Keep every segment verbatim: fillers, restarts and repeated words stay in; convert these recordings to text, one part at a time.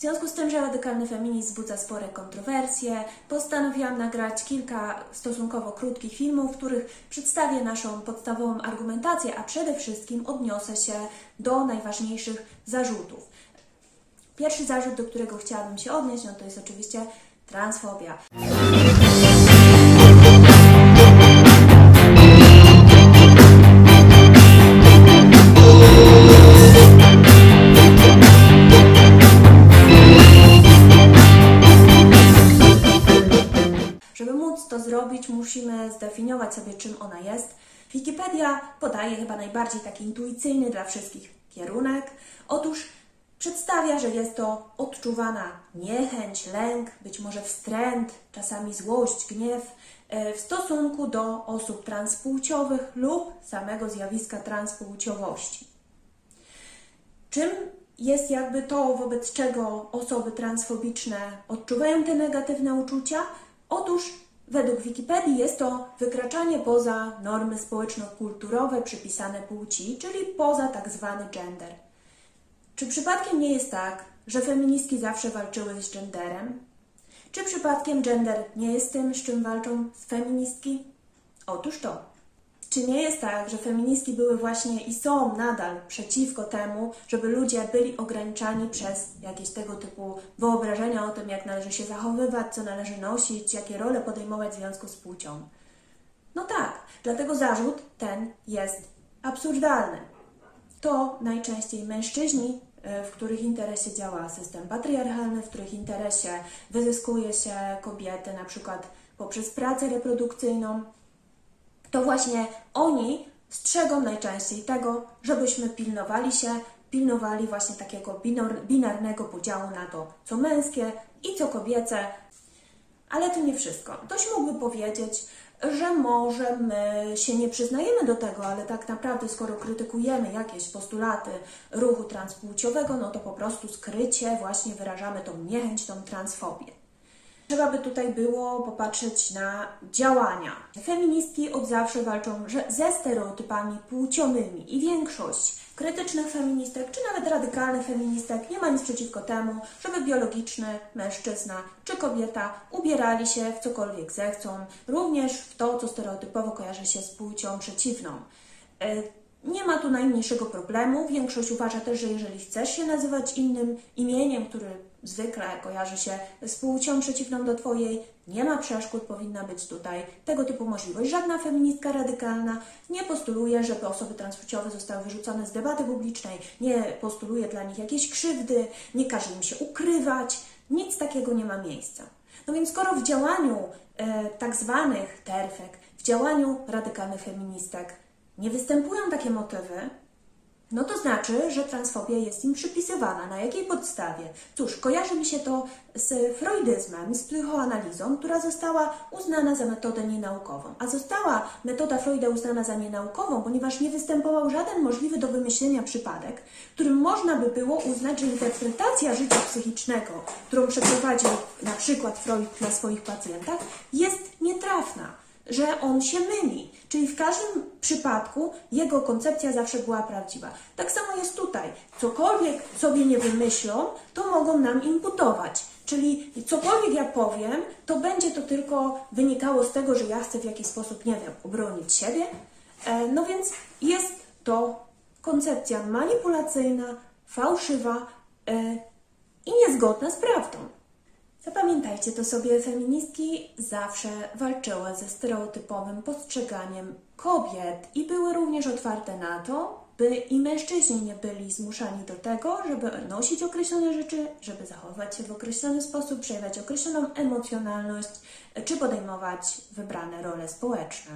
W związku z tym, że radykalny feminizm wzbudza spore kontrowersje, postanowiłam nagrać kilka stosunkowo krótkich filmów, w których przedstawię naszą podstawową argumentację, a przede wszystkim odniosę się do najważniejszych zarzutów. Pierwszy zarzut, do którego chciałabym się odnieść, no to jest oczywiście transfobia. Żeby móc to zrobić, musimy zdefiniować sobie, czym ona jest. Wikipedia podaje chyba najbardziej taki intuicyjny dla wszystkich kierunek. Otóż przedstawia, że jest to odczuwana niechęć, lęk, być może wstręt, czasami złość, gniew w stosunku do osób transpłciowych lub samego zjawiska transpłciowości. Czym jest jakby to, wobec czego osoby transfobiczne odczuwają te negatywne uczucia? Otóż według Wikipedii jest to wykraczanie poza normy społeczno-kulturowe przypisane płci, czyli poza tak zwany gender. Czy przypadkiem nie jest tak, że feministki zawsze walczyły z genderem? Czy przypadkiem gender nie jest tym, z czym walczą feministki? Otóż to. Czy nie jest tak, że feministki były właśnie i są nadal przeciwko temu, żeby ludzie byli ograniczani przez jakieś tego typu wyobrażenia o tym, jak należy się zachowywać, co należy nosić, jakie role podejmować w związku z płcią? No tak, dlatego zarzut ten jest absurdalny. To najczęściej mężczyźni, w których interesie działa system patriarchalny, w których interesie wyzyskuje się kobiety, na przykład poprzez pracę reprodukcyjną, to właśnie oni strzegą najczęściej tego, żebyśmy pilnowali się, pilnowali właśnie takiego binarnego podziału na to, co męskie i co kobiece. Ale to nie wszystko. Ktoś mógłby powiedzieć, że może my się nie przyznajemy do tego, ale tak naprawdę skoro krytykujemy jakieś postulaty ruchu transpłciowego, no to po prostu skrycie właśnie wyrażamy tą niechęć, tą transfobię. Trzeba by tutaj było popatrzeć na działania. Feministki od zawsze walczą ze stereotypami płciowymi i większość krytycznych feministek, czy nawet radykalnych feministek nie ma nic przeciwko temu, żeby biologiczny mężczyzna czy kobieta ubierali się w cokolwiek zechcą, również w to, co stereotypowo kojarzy się z płcią przeciwną. Nie ma tu najmniejszego problemu. Większość uważa też, że jeżeli chcesz się nazywać innym imieniem, który zwykle kojarzy się z płcią przeciwną do Twojej, nie ma przeszkód, powinna być tutaj tego typu możliwość. Żadna feministka radykalna nie postuluje, żeby osoby transpłciowe zostały wyrzucone z debaty publicznej, nie postuluje dla nich jakiejś krzywdy, nie każe im się ukrywać, nic takiego nie ma miejsca. No więc skoro w działaniu e, tak zwanych terfek, w działaniu radykalnych feministek nie występują takie motywy, no to znaczy, że transfobia jest im przypisywana. Na jakiej podstawie? Cóż, kojarzy mi się to z freudyzmem, z psychoanalizą, która została uznana za metodę nienaukową. A została metoda Freuda uznana za nienaukową, ponieważ nie występował żaden możliwy do wymyślenia przypadek, którym można by było uznać, że interpretacja życia psychicznego, którą przeprowadził na przykład Freud na swoich pacjentach, jest nietrafna, że on się myli, czyli w każdym przypadku jego koncepcja zawsze była prawdziwa. Tak samo jest tutaj. Cokolwiek sobie nie wymyślą, to mogą nam imputować. Czyli cokolwiek ja powiem, to będzie to tylko wynikało z tego, że ja chcę w jakiś sposób, nie wiem, obronić siebie. No więc jest to koncepcja manipulacyjna, fałszywa i niezgodna z prawdą. Zapamiętajcie to sobie, feministki zawsze walczyły ze stereotypowym postrzeganiem kobiet i były również otwarte na to, by i mężczyźni nie byli zmuszani do tego, żeby nosić określone rzeczy, żeby zachowywać się w określony sposób, przejawiać określoną emocjonalność, czy podejmować wybrane role społeczne.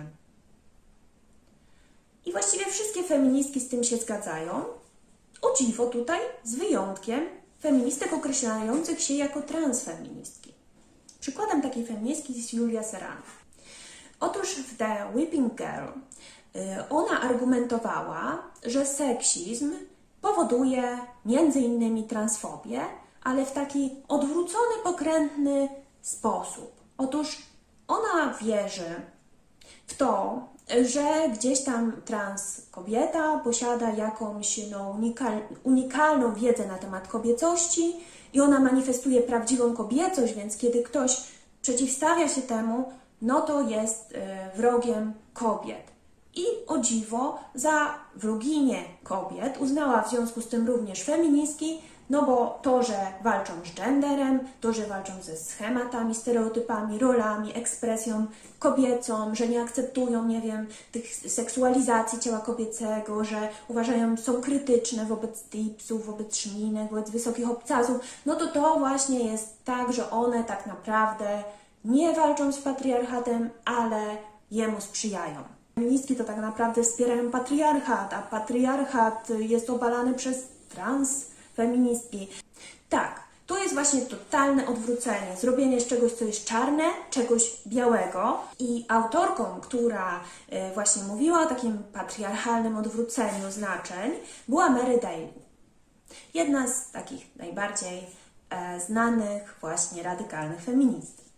I właściwie wszystkie feministki z tym się zgadzają. O dziwo tutaj, z wyjątkiem feministek określających się jako transfeministki. Przykładem takiej feministki jest Julia Serano. Otóż w The Weeping Girl ona argumentowała, że seksizm powoduje między innymi transfobię, ale w taki odwrócony, pokrętny sposób. Otóż ona wierzy w to, że gdzieś tam trans kobieta posiada jakąś no, unikal, unikalną wiedzę na temat kobiecości i ona manifestuje prawdziwą kobiecość, więc kiedy ktoś przeciwstawia się temu, no to jest wrogiem kobiet. I o dziwo za wroginię kobiet uznała w związku z tym również feministki, no bo to, że walczą z genderem, to, że walczą ze schematami, stereotypami, rolami, ekspresją kobiecą, że nie akceptują, nie wiem, tych seksualizacji ciała kobiecego, że uważają, są krytyczne wobec tipsów, wobec szminek, wobec wysokich obcasów, no to to właśnie jest tak, że one tak naprawdę nie walczą z patriarchatem, ale jemu sprzyjają. Feministki to tak naprawdę wspierają patriarchat, a patriarchat jest obalany przez transfeministki. Tak, to jest właśnie totalne odwrócenie, zrobienie z czegoś, co jest czarne, czegoś białego. I autorką, która właśnie mówiła o takim patriarchalnym odwróceniu znaczeń, była Mary Daly. Jedna z takich najbardziej e, znanych właśnie radykalnych feministek.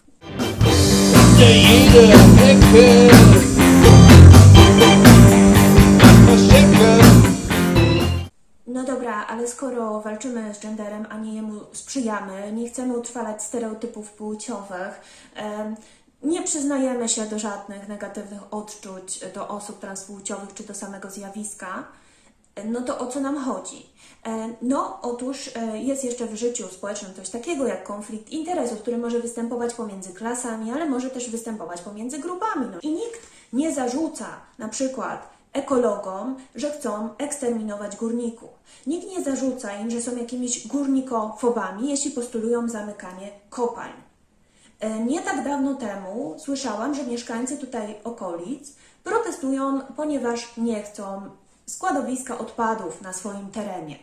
No dobra, ale skoro walczymy z genderem, a nie jemu sprzyjamy, nie chcemy utrwalać stereotypów płciowych, nie przyznajemy się do żadnych negatywnych odczuć do osób transpłciowych czy do samego zjawiska, no to o co nam chodzi? No otóż jest jeszcze w życiu społecznym coś takiego jak konflikt interesów, który może występować pomiędzy klasami, ale może też występować pomiędzy grupami. No i nikt nie zarzuca na przykład ekologom, że chcą eksterminować górników. Nikt nie zarzuca im, że są jakimiś górnikofobami, jeśli postulują zamykanie kopalń. Nie tak dawno temu słyszałam, że mieszkańcy tutaj okolic protestują, ponieważ nie chcą składowiska odpadów na swoim terenie.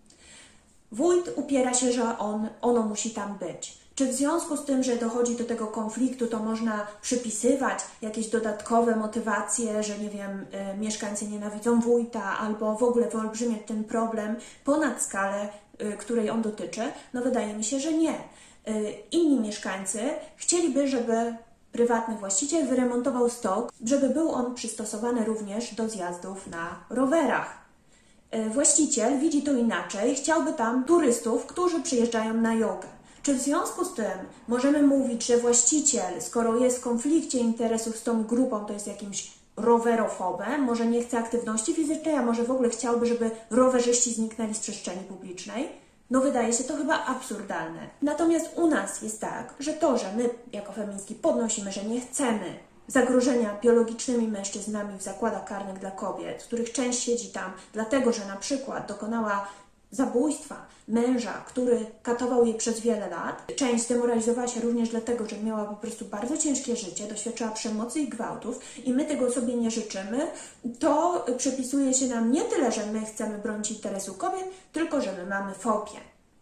Wójt upiera się, że on, ono musi tam być. Czy w związku z tym, że dochodzi do tego konfliktu, to można przypisywać jakieś dodatkowe motywacje, że nie wiem, y, mieszkańcy nienawidzą wójta albo w ogóle wyolbrzymiać ten problem ponad skalę, y, której on dotyczy? No wydaje mi się, że nie. Y, inni mieszkańcy chcieliby, żeby prywatny właściciel wyremontował stok, żeby był on przystosowany również do zjazdów na rowerach. Y, właściciel widzi to inaczej, chciałby tam turystów, którzy przyjeżdżają na jogę. Czy w związku z tym możemy mówić, że właściciel, skoro jest w konflikcie interesów z tą grupą, to jest jakimś rowerofobem, może nie chce aktywności fizycznej, a może w ogóle chciałby, żeby rowerzyści zniknęli z przestrzeni publicznej? No wydaje się to chyba absurdalne. Natomiast u nas jest tak, że to, że my jako feministki podnosimy, że nie chcemy zagrożenia biologicznymi mężczyznami w zakładach karnych dla kobiet, z których część siedzi tam dlatego, że na przykład dokonała zabójstwa męża, który katował jej przez wiele lat. Część zdemoralizowała się również dlatego, że miała po prostu bardzo ciężkie życie, doświadczyła przemocy i gwałtów i my tego sobie nie życzymy, to przypisuje się nam nie tyle, że my chcemy bronić interesu kobiet, tylko że my mamy fobię.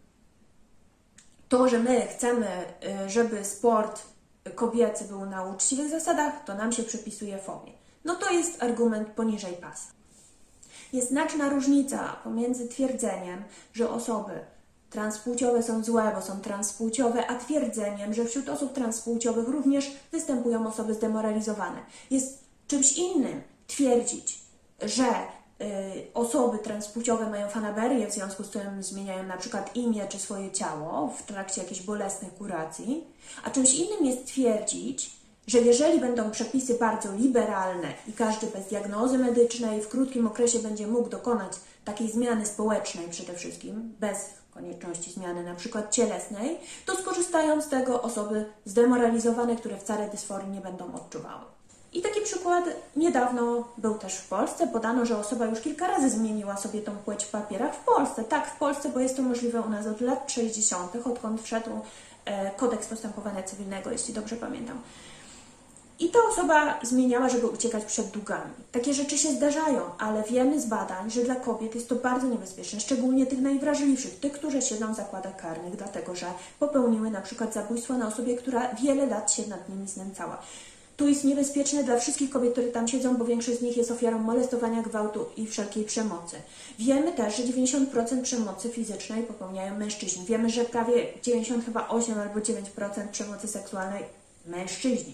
To, że my chcemy, żeby sport kobiecy był na uczciwych zasadach, to nam się przypisuje fobię. No to jest argument poniżej pasa. Jest znaczna różnica pomiędzy twierdzeniem, że osoby transpłciowe są złe, bo są transpłciowe, a twierdzeniem, że wśród osób transpłciowych również występują osoby zdemoralizowane. Jest czymś innym twierdzić, że y, osoby transpłciowe mają fanaberię, w związku z tym zmieniają na przykład imię czy swoje ciało w trakcie jakiejś bolesnej kuracji, a czymś innym jest twierdzić, że jeżeli będą przepisy bardzo liberalne i każdy bez diagnozy medycznej w krótkim okresie będzie mógł dokonać takiej zmiany społecznej przede wszystkim, bez konieczności zmiany na przykład cielesnej, to skorzystają z tego osoby zdemoralizowane, które wcale dysforii nie będą odczuwały. I taki przykład niedawno był też w Polsce. Podano, że osoba już kilka razy zmieniła sobie tą płeć w papierach w Polsce. Tak, w Polsce, bo jest to możliwe u nas od lat sześćdziesiątych, odkąd wszedł e, kodeks postępowania cywilnego, jeśli dobrze pamiętam. I ta osoba zmieniała, żeby uciekać przed długami. Takie rzeczy się zdarzają, ale wiemy z badań, że dla kobiet jest to bardzo niebezpieczne, szczególnie tych najwrażliwszych, tych, które siedzą w zakładach karnych, dlatego że popełniły na przykład zabójstwo na osobie, która wiele lat się nad nimi znęcała. Tu jest niebezpieczne dla wszystkich kobiet, które tam siedzą, bo większość z nich jest ofiarą molestowania, gwałtu i wszelkiej przemocy. Wiemy też, że dziewięćdziesiąt procent przemocy fizycznej popełniają mężczyźni. Wiemy, że prawie dziewięćdziesiąt osiem albo dziewięć procent przemocy seksualnej mężczyźni.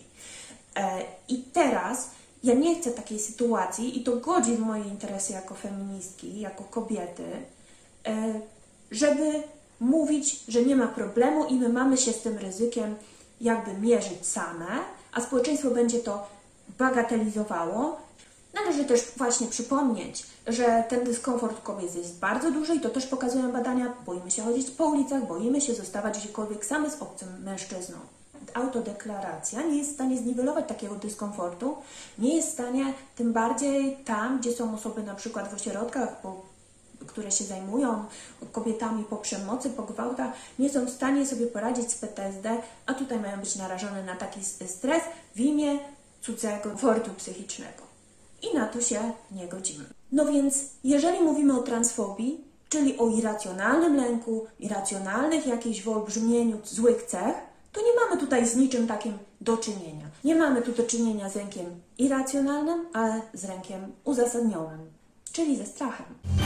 I teraz ja nie chcę takiej sytuacji i to godzi w moje interesy jako feministki, jako kobiety, żeby mówić, że nie ma problemu i my mamy się z tym ryzykiem jakby mierzyć same, a społeczeństwo będzie to bagatelizowało. Należy też właśnie przypomnieć, że ten dyskomfort kobiet jest bardzo duży i to też pokazują badania. Boimy się chodzić po ulicach, boimy się zostawać gdziekolwiek same z obcym mężczyzną. Autodeklaracja nie jest w stanie zniwelować takiego dyskomfortu, nie jest w stanie, tym bardziej tam, gdzie są osoby na przykład w ośrodkach, po, które się zajmują kobietami po przemocy, po gwałtach, nie są w stanie sobie poradzić z P T S D, a tutaj mają być narażone na taki stres w imię cudzego komfortu psychicznego. I na to się nie godzimy. No więc, jeżeli mówimy o transfobii, czyli o irracjonalnym lęku, irracjonalnych jakichś wyolbrzymieniu złych cech, to nie mamy tutaj z niczym takim do czynienia. Nie mamy tu do czynienia z lękiem irracjonalnym, ale z lękiem uzasadnionym, czyli ze strachem.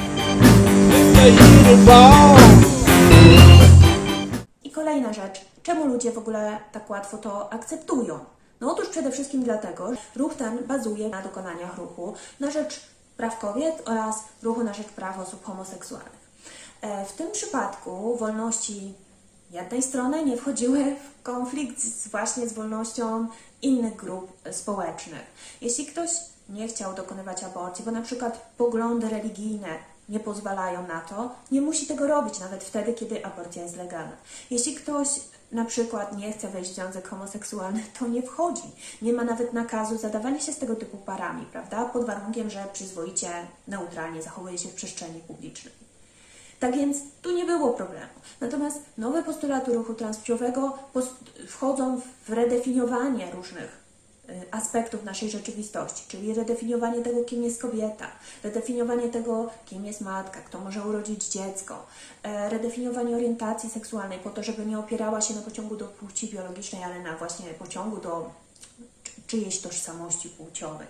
I kolejna rzecz, czemu ludzie w ogóle tak łatwo to akceptują? No otóż przede wszystkim dlatego, że ruch ten bazuje na dokonaniach ruchu na rzecz praw kobiet oraz ruchu na rzecz praw osób homoseksualnych. W tym przypadku wolności jednej strony nie wchodziły w konflikt z, właśnie z wolnością innych grup społecznych. Jeśli ktoś nie chciał dokonywać aborcji, bo na przykład poglądy religijne nie pozwalają na to, nie musi tego robić, nawet wtedy, kiedy aborcja jest legalna. Jeśli ktoś na przykład nie chce wejść w związek homoseksualny, to nie wchodzi. Nie ma nawet nakazu zadawania się z tego typu parami, prawda? Pod warunkiem, że przyzwoicie, neutralnie zachowuje się w przestrzeni publicznej. Tak więc tu nie było problemu. Natomiast nowe postulaty ruchu transpłciowego wchodzą w redefiniowanie różnych aspektów naszej rzeczywistości, czyli redefiniowanie tego, kim jest kobieta, redefiniowanie tego, kim jest matka, kto może urodzić dziecko, redefiniowanie orientacji seksualnej po to, żeby nie opierała się na pociągu do płci biologicznej, ale na właśnie pociągu do czyjejś tożsamości płciowej.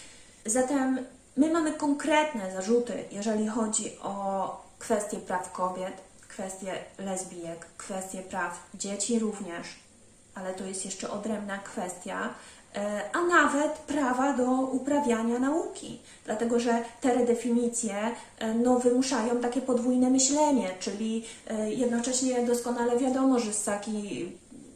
Zatem my mamy konkretne zarzuty, jeżeli chodzi o kwestie praw kobiet, kwestie lesbijek, kwestie praw dzieci również, ale to jest jeszcze odrębna kwestia, a nawet prawa do uprawiania nauki, dlatego że te redefinicje no, wymuszają takie podwójne myślenie, czyli jednocześnie doskonale wiadomo, że ssaki,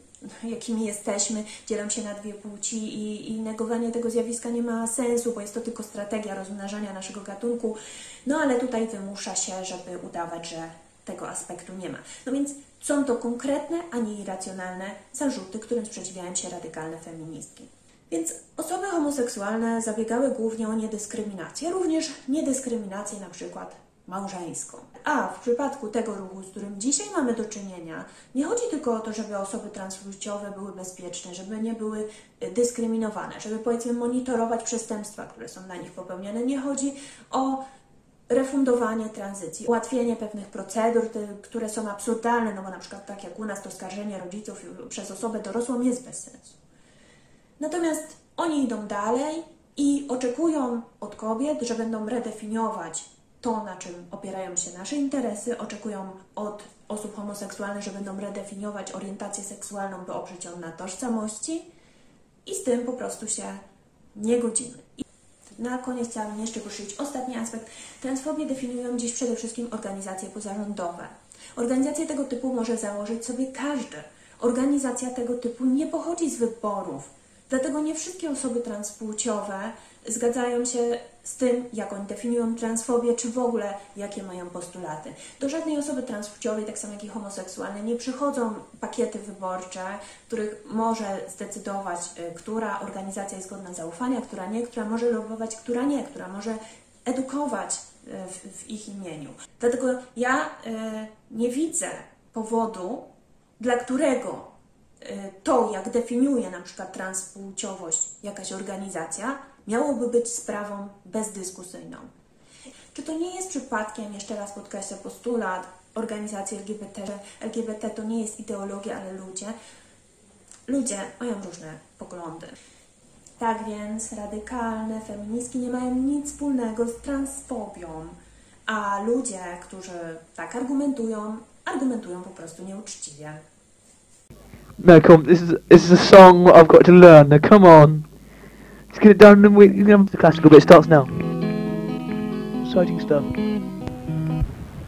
jakimi jesteśmy, dzielą się na dwie płci i, i negowanie tego zjawiska nie ma sensu, bo jest to tylko strategia rozmnażania naszego gatunku, no ale tutaj wymusza się, żeby udawać, że tego aspektu nie ma. No więc są to konkretne, a nie irracjonalne zarzuty, którym sprzeciwiają się radykalne feministki. Więc osoby homoseksualne zabiegały głównie o niedyskryminację, również niedyskryminację na przykład małżeńską. A w przypadku tego ruchu, z którym dzisiaj mamy do czynienia, nie chodzi tylko o to, żeby osoby transpłciowe były bezpieczne, żeby nie były dyskryminowane, żeby powiedzmy monitorować przestępstwa, które są na nich popełniane. Nie chodzi o refundowanie tranzycji, ułatwienie pewnych procedur, te, które są absurdalne, no bo na przykład tak jak u nas to skarżenie rodziców przez osobę dorosłą jest bez sensu. Natomiast oni idą dalej i oczekują od kobiet, że będą redefiniować to, na czym opierają się nasze interesy, oczekują od osób homoseksualnych, że będą redefiniować orientację seksualną, by oprzeć ją na tożsamości i z tym po prostu się nie godzimy. I na koniec chciałabym jeszcze poruszyć ostatni aspekt. Transfobię definiują dziś przede wszystkim organizacje pozarządowe. Organizację tego typu może założyć sobie każdy. Organizacja tego typu nie pochodzi z wyborów. Dlatego nie wszystkie osoby transpłciowe zgadzają się z tym, jak oni definiują transfobię, czy w ogóle jakie mają postulaty. Do żadnej osoby transpłciowej, tak samo jak i homoseksualnej, nie przychodzą pakiety wyborcze, w których może zdecydować, która organizacja jest godna zaufania, która nie, która może lobbować, która nie, która może edukować w, w ich imieniu. Dlatego ja y, nie widzę powodu, dla którego to, jak definiuje na przykład transpłciowość jakaś organizacja, miałoby być sprawą bezdyskusyjną. Czy to nie jest przypadkiem, jeszcze raz podkreślę postulat organizacji L G B T, że L G B T to nie jest ideologia, ale ludzie. Ludzie mają różne poglądy. Tak więc radykalne feministki nie mają nic wspólnego z transfobią, a ludzie, którzy tak argumentują, argumentują po prostu nieuczciwie. No, come on, this is this is a song I've got to learn. Now, come on, let's get it done. And we, you know, the classical bit starts now. Exciting stuff.